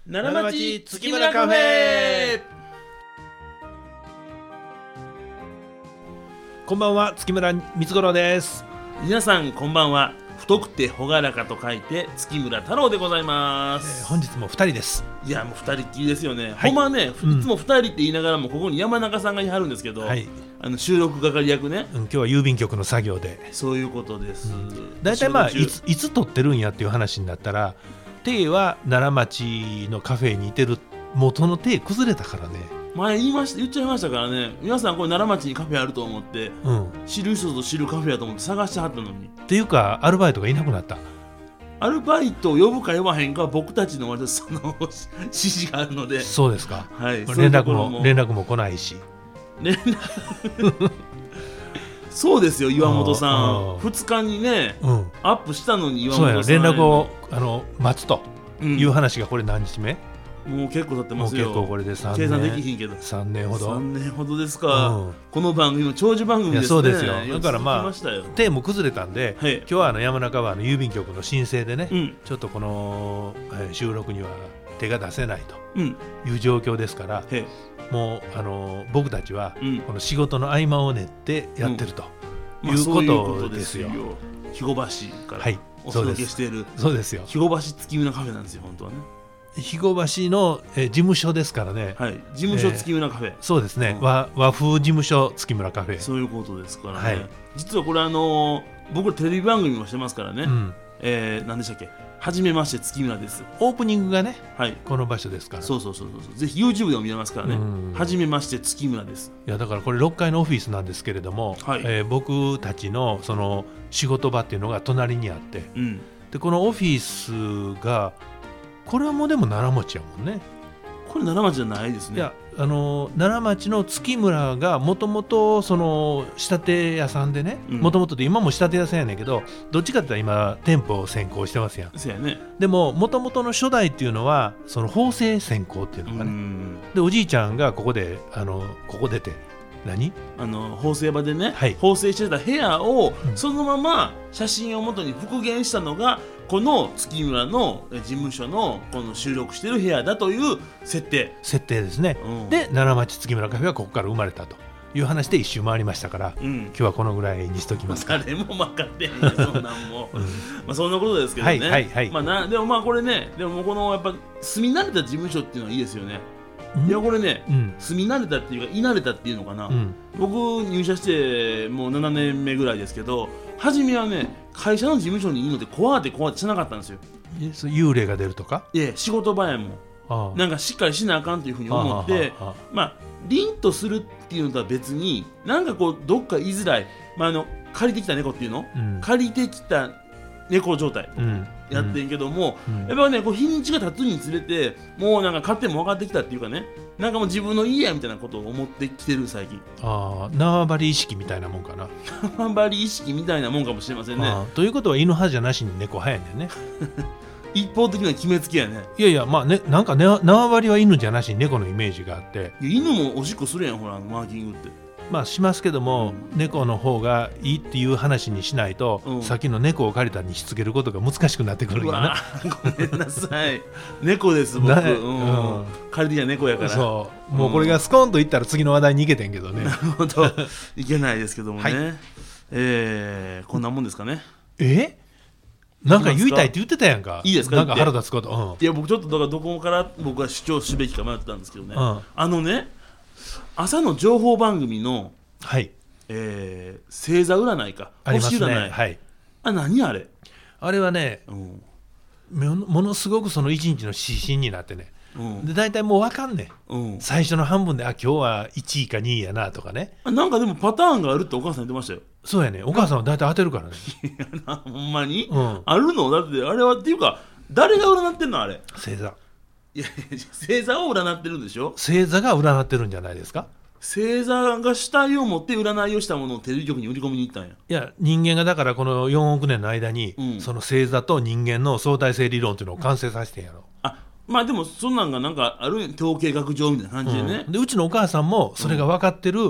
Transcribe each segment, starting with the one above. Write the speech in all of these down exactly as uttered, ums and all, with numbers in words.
奈良町月村カフェ。 こんばんは、月村光五郎です。 皆さんこんばんは。太くて朗らかと書いて月村太郎でございます、 えー、本日もふたりです。 いやもうふたりっきりですよね、 はい、 ほんまね、 うん、 いつもふたりって言いながらもここに山中さんがいはるんですけど、はい、あの収録係役ね、 うん、今日は郵便局の作業で。 そういうことです。 だいたいまあいつ、いつ撮ってるんやっていう話になったら、手は奈良町のカフェにいてる元の手崩れたからね。 前言いました言っちゃいましたからね。皆さんこれ奈良町にカフェあると思って、うん、知る人ぞ知るカフェやと思って探してはったのに。 っていうかアルバイトがいなくなった。 アルバイトを呼ぶか呼ばへんかは僕たちの割とその指示があるので。 そうですか、 はい、 連絡も連絡も来ないし。 連絡そうですよ、岩本さんふつかにね、うん、アップしたのに岩本さんそうや、連絡をあの待つという話がこれ何日目、 うん、もう結構経ってますよ。 もう結構これでさんねん、 計算できひんけどさんねんほどさんねんほどですか、うん、この番組も長寿番組ですね。 そうですよ。だからまあ手も崩れたんで、はい、今日はあの山中川の郵便局の申請でね、うん、ちょっとこの、えー、収録には手が出せないという状況ですから、うん、もうあの僕たちはこの仕事の合間を練ってやってると、うん、いうことですよ。 肥後橋からお届けしている、はい、 そうですよ。 肥後橋月村カフェなんですよ本当はね。 肥後橋の、えー、事務所ですからね、 はい、事務所月村カフェ、えー、 そうですね、うん、和, 和風事務所月村カフェ、 そういうことですからね、はい、実はこれあのー、僕テレビ番組もしてますからね、うん、えー、何でしたっけ、はじめまして月村です。 オープニングがね、はい、この場所ですから。 そうそうそうそう、ぜひ YouTube でも見れますからね、はじめまして月村です。 いやだからこれろっかいのオフィスなんですけれども、はい、えー、僕たちのその仕事場っていうのが隣にあって、うん、でこのオフィスがこれはもうでも奈良町やもんね。 これ奈良町じゃないですね。 いや、あの奈良町の月村がもともとその仕立て屋さんでね、もともとで今も仕立て屋さんやねんけど、どっちかって言ったら今店舗を先行してますやん。 そうやね。 でももともとの初代っていうのはその縫製先行っていうのがね、でおじいちゃんがここであのここ出て何あの縫製場でね、はい、縫製してた部屋をそのまま写真をもとに復元したのがこの月村の事務所のこの収録してる部屋だという設定設定ですね、うん、で奈良町月村カフェはここから生まれたという話で一周回りましたから、うん、今日はこのぐらいにしときますか。 誰も分かってへんよそんなんも、うん、まあそんなことですけどね、はいはいはい、まあ、なでもまあこれね、でもこのやっぱ住み慣れた事務所っていうのはいいですよね。いやこれね、うん、住み慣れたっていうか居慣れたっていうのかな、うん、僕入社してもうななねんめぐらいですけど、初めはね会社の事務所にいいので怖って怖ってしなかったんですよ。 幽霊が出るとか、 いや仕事場やもん、ああなんかしっかりしなあかんというふうに思って、ああああまあ凛とするっていうのとは別になんかこうどっか居づらい、まあ、あの借りてきた猫っていうの、うん、借りてきた猫状態、うんやってんけども、うん、やっぱねこう日にちが経つにつれてもうなんか勝手も分かってきたっていうかね、なんかもう自分の家やみたいなことを思ってきてる最近。 ああ縄張り意識みたいなもんかな。 縄張り意識みたいなもんかもしれませんね。 ということは犬派じゃなしに猫派やねんね。 一方的な決めつけやね。 いやいやまあね、なんか、ね、縄張りは犬じゃなしに猫のイメージがあって、 いや犬もおしっこするやんほらマーキングって。 まあしますけども、うん、猫の方がいいっていう話にしないと、うん、さっきの猫を借りたにしつけることが難しくなってくるんやな。 ごめんなさい猫です僕、うんうん、借りてきた猫やから。 そうもうこれがスコーンといったら次の話題に行けてんけどね。 なるほどいけないですけどもね、はい、えー、こんなもんですかね。 えなんか言いたいって言ってたやんか。 いいですか。 なんか腹立つこと、うん、 いや僕ちょっとだからどこから僕は主張すべきか迷ってたんですけどね、うん、あのね朝の情報番組の、はいえー、星座占いかありますね、 星占い、はい、あ何あれあれはね、うん、ものすごくその一日の指針になってね、うん、で大体もう分かんねん、うん、最初の半分であ今日はいちいかにいやなとかね。 なんかでもパターンがあるってお母さん言ってましたよ。 そうやね、お母さんは大体当てるからね。 いやなほんまに、うん、あるのだってあれはっていうか誰が占ってんのあれ。 星座。 いや星座を占ってるんでしょ。 星座が占ってるんじゃないですか。 星座が主体を持って占いをしたものをテレビ局に売り込みに行ったんや。 いや人間がだからこのよんおくねんの間に、うん、その星座と人間の相対性理論っていうのを完成させてんやろ。 あまあでもそんなんがなんかある統計学上みたいな感じでね、 うん、でうちのお母さんもそれが分かってる、うん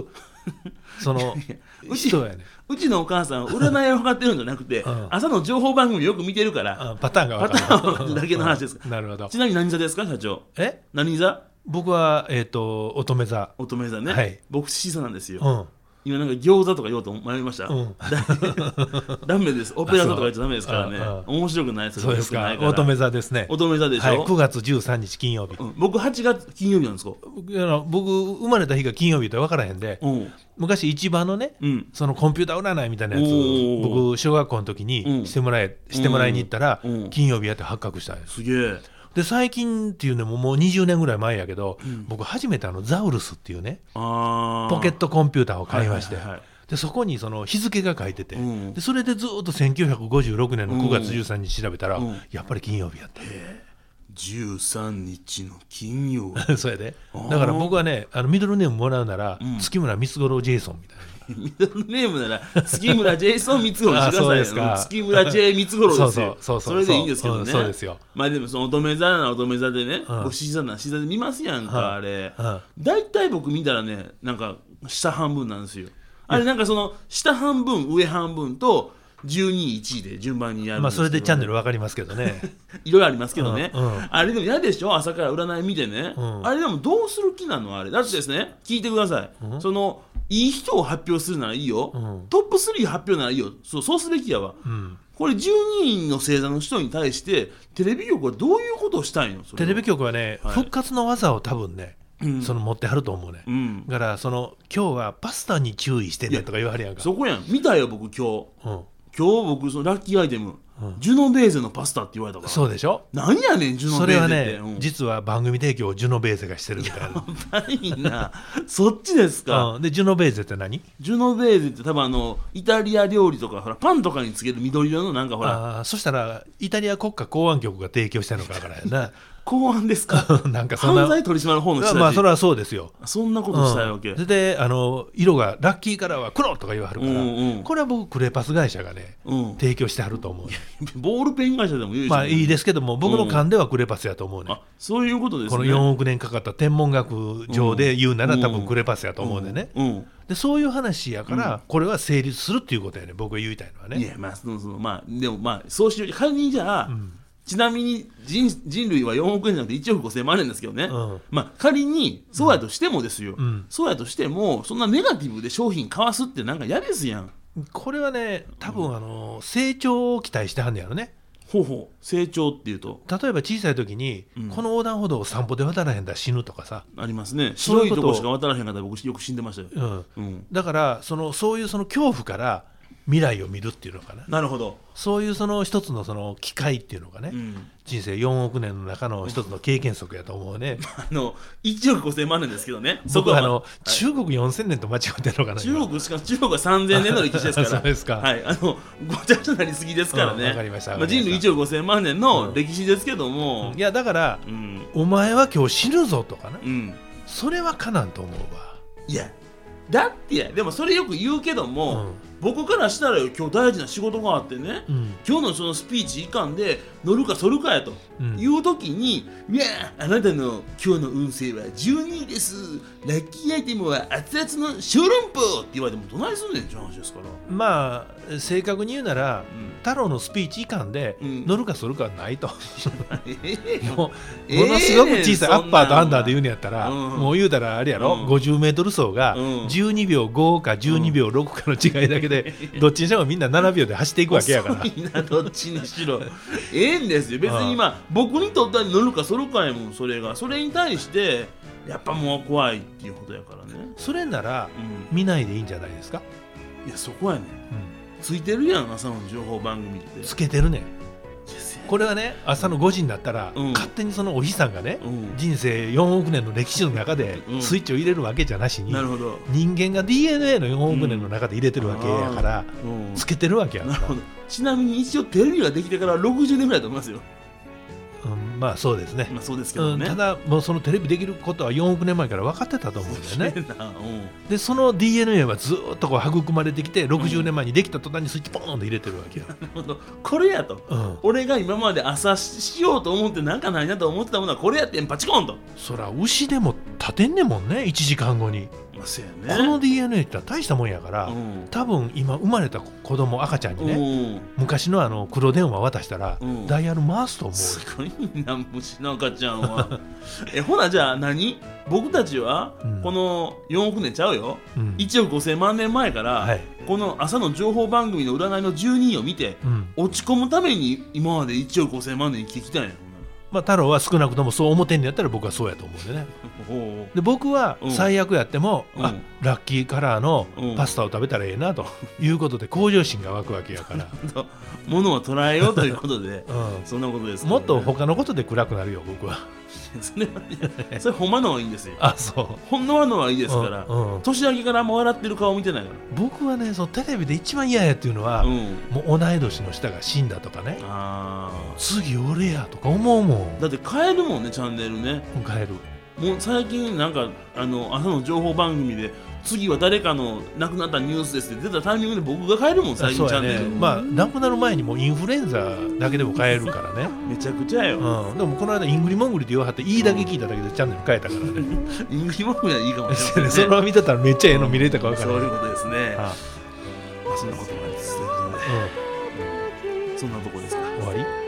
そのうちやねうちのお母さんは占いを測ってるんじゃなくて、うん、朝の情報番組よく見てるから、 うん、パターンが分かるパターンだけの話ですか、 うん、なるほど。 ちなみに何座ですか社長？ え何座？ 僕は、えーと、乙女座。 乙女座ね、 はい、 僕獅子座なんですよ、 うん、 今なんか餃子とか言おうと迷いました、うん、ダメです。オペラ座とか言っちゃダメですからね。面白くないです。 そうですか。乙女座ですね。 乙女座でしょ、はい、 くがつじゅうさんにち金曜日、 うん、僕はちがつ金曜日なんですか？ 僕生まれた日が金曜日って分からへんで、うん、昔市場のね、うん、そのコンピューター占いみたいなやつ僕小学校の時にしてもらえ、うん、してもらいに行ったら、うん、金曜日やって発覚したんです。 すげえ。 で最近っていうのももうにじゅうねんぐらい前やけど、うん、僕初めてあのザウルスっていうねポケットコンピューターを買いまして、はいはいはい、でそこにその日付が書いてて、うん、でそれでずっとせんきゅうひゃくごじゅうろくねんのくがつじゅうさんにち調べたら、うん、やっぱり金曜日やって、 じゅうさんにちの金曜日そうやで。だから僕はねあのミドルネームもらうなら、うん、月村光五郎ジェイソンみたいなミドルネームなら月村ジェイソン光五郎にしてくださいよ。月村 J 光五郎ですよ。そうそうそうそう、それでいいんですけどね。 そうですよ。 まあでもその乙女座なら乙女座でね、うん、獅子座なら獅子座で見ますやんか、うん、あれ、うん、だいたい僕見たらねなんか下半分なんですよ。あれなんかその下半分上半分とじゅうにいちいで順番にやるんですけど、ね、まあそれでチャンネル分かりますけどねいろいろありますけどね、うんうん、あれでも嫌でしょ朝から占い見てね、うん、あれでもどうする気なのあれだってですね聞いてください、うん、そのいい人を発表するならいいよ、うん、トップスリー発表ならいいよ。そう、そうすべきやわ、うん、これじゅうににんの星座の人に対してテレビ局はどういうことをしたいの？ テレビ局はね、はい、復活の技を多分ね、うん、その持ってはると思うね、うん、だからその今日はパスタに注意してねとか言わはるやんか。 そこやん見たよ僕今日、うん、今日僕そのラッキーアイテム、うん、ジュノベーゼのパスタって言われたから。 そうでしょ。 何やねんジュノベーゼって。それはね、 うん、実は番組提供をジュノベーゼがしてるみたいな。 やばいなそっちですか、 うん、でジュノベーゼって何？ ジュノベーゼって多分あのイタリア料理とかほらパンとかにつける緑色のなんかほら。 あそしたらイタリア国家公安局が提供したのかわからへんな公安ですかなんかそんな犯罪取り締まる方の人たち。 まあそれはそうですよ。 そんなことしたいわけ、 うん、であの色がラッキーカラーは黒とか言わはるから、うんうん、これは僕クレパス会社がね、うん、提供してはると思うボールペン会社でもいいですよね。 まあいいですけども僕の勘ではクレパスやと思うね、 うん、あそういうことですね。 このよんおくねんかかった天文学上で言うなら、うん、多分クレパスやと思うんでね、うんうん、でそういう話やから、うん、これは成立するっていうことやね僕が言いたいのはね。 いやまあそのそのまあでもまあそうしよう仮にじゃあ、うんちなみに 人, 人類はよんおくえんじゃなくていちおくごせんまんえんですけどね、うん、まあ仮にそうやとしてもですよ、うん、そうやとしてもそんなネガティブで商品買わすってなんか嫌ですやん。 これはね多分あの成長を期待してはんねやろね。 ほうほう成長っていうと例えば小さい時に、うん、この横断歩道を散歩で渡らへんだら死ぬとかさありますね。白いとこしか渡らへんかったら僕よく死んでましたよ、 うんうん、だからそのそういうその恐怖から未来を見るっていうのかな。 なるほど。 そういうその一つのその機会っていうのがね、うん、人生よんおくねんの中の一つの経験則やと思うね。 あのいちおくごせんまんねんですけどね。 僕そこはあの、はい、中国よんせんねんと間違ってるのかな。 中国しか中国はさんぜんねんの歴史ですから。 そうですか。 はい、あのごちゃごちゃなりすぎですからね。 わ、うん、かりました。 まあ、人類いちおくごせんまんねんの歴史ですけども、 うん、いやだから、うん、お前は今日死ぬぞとかな、うん、それはかなんと思うわ。 いやだってやでもそれよく言うけども、うん、僕からしたらよ今日大事な仕事があってね、うん、今日のそのスピーチいかんで乗るかそるかやと、うん、いう時にいやあなたの今日の運勢はじゅうにいですラッキーアイテムは熱々の小籠包って言われてもどないすんねんって話ですから。 まあ正確に言うなら、うん、太郎のスピーチいかんで、うん、乗るかそるかはないともうものすごく小さいアッパーとアンダーで言うのやったら、うん、もう言うたらあれやろ、うん、ごじゅうメートル走がじゅうにびょうごかじゅうにびょうろくかの違いだけで、うん、どっちにしてもみんなななびょうで走っていくわけやから遅いなどっちにしろええんですよ別に。まあ僕にとっては乗るかそるかやもん。それがそれに対してやっぱもう怖いっていうことやからね。 それなら、うん、見ないでいいんじゃないですか。 いやそこやね、うん、ついてるやん朝の情報番組ってつけてるね。これはね朝のごじになったら、うん、勝手にそのお日さんがね、うん、人生よんおくねんの歴史の中でスイッチを入れるわけじゃなしに、うん、 なるほど人間が ディーエヌエー のよんおくねんの中で入れてるわけやから、うん、つけてるわけやから。なるほど。 ちなみに一応テレビができてからろくじゅうねんぐらいだと思いますよ。 うん、まあそうですね。 まあそうですけどね、 うん、ただもうそのテレビできることはよんおくねんまえから分かってたと思うんだよね。うん、でその ディーエヌエー はずっとこう育まれてきてろくじゅうねんまえにできた途端にスイッチポーンと入れてるわけよ。なるほどこれやと、うん、俺が今まで朝しようと思ってなんかないなと思ってたものはこれやってんパチコンと。 そら牛でも立てんねんもんねいちじかんごに。 まあそうやね、 この ディーエヌエー って大したもんやから、うん、多分今生まれた子供赤ちゃんにね、うん、昔のあの黒電話渡したら、うん、ダイヤル回すと思う。 すごいな虫の赤ちゃんはえほなじゃあ何僕たちは、うん、このよんおくねんちゃうよ、うん、いちおくごせんまんねんまえから、はい、この朝の情報番組の占いのじゅうにいを見て、うん、落ち込むために今までいちおくごせんまんねん生きてきたんや。 まあ、太郎は少なくともそう思ってんのやったら僕はそうやと思うんでね。で僕は最悪やっても、うん、あラッキーカラーのパスタを食べたらええなということで向上心が湧くわけやからものを捉えようということで、うん、そんなことです、ね、 もっと他のことで暗くなるよ僕はそれはそれほんまのはいいんですよ。 あそうほんまのはいいですから、うんうん、年明けからあんま笑ってる顔見てないから。 僕はねそのテレビで一番嫌やっていうのは、うん、もう同い年の人が死んだとかね、あ次俺やとか思うもん。 だって変えるもんねチャンネルね。 変える。 もう最近なんかあの朝の情報番組で次は誰かの亡くなったニュースですって出たタイミングで僕が変えるもん最近チャンネル、ね、 まあ亡くなる前にもインフルエンザだけでも変えるからねめちゃくちゃよ、 うん、でもこの間イングリモングリって言わはっていいだけ聞いただけでチャンネル変えたからねイングリモングリはいいかもしれない、ね、 それを見てたらめっちゃええの見れたか分からない、 そういうことですね。ああそんなこともありつつということで、うん、そんなとこですか。 終わり。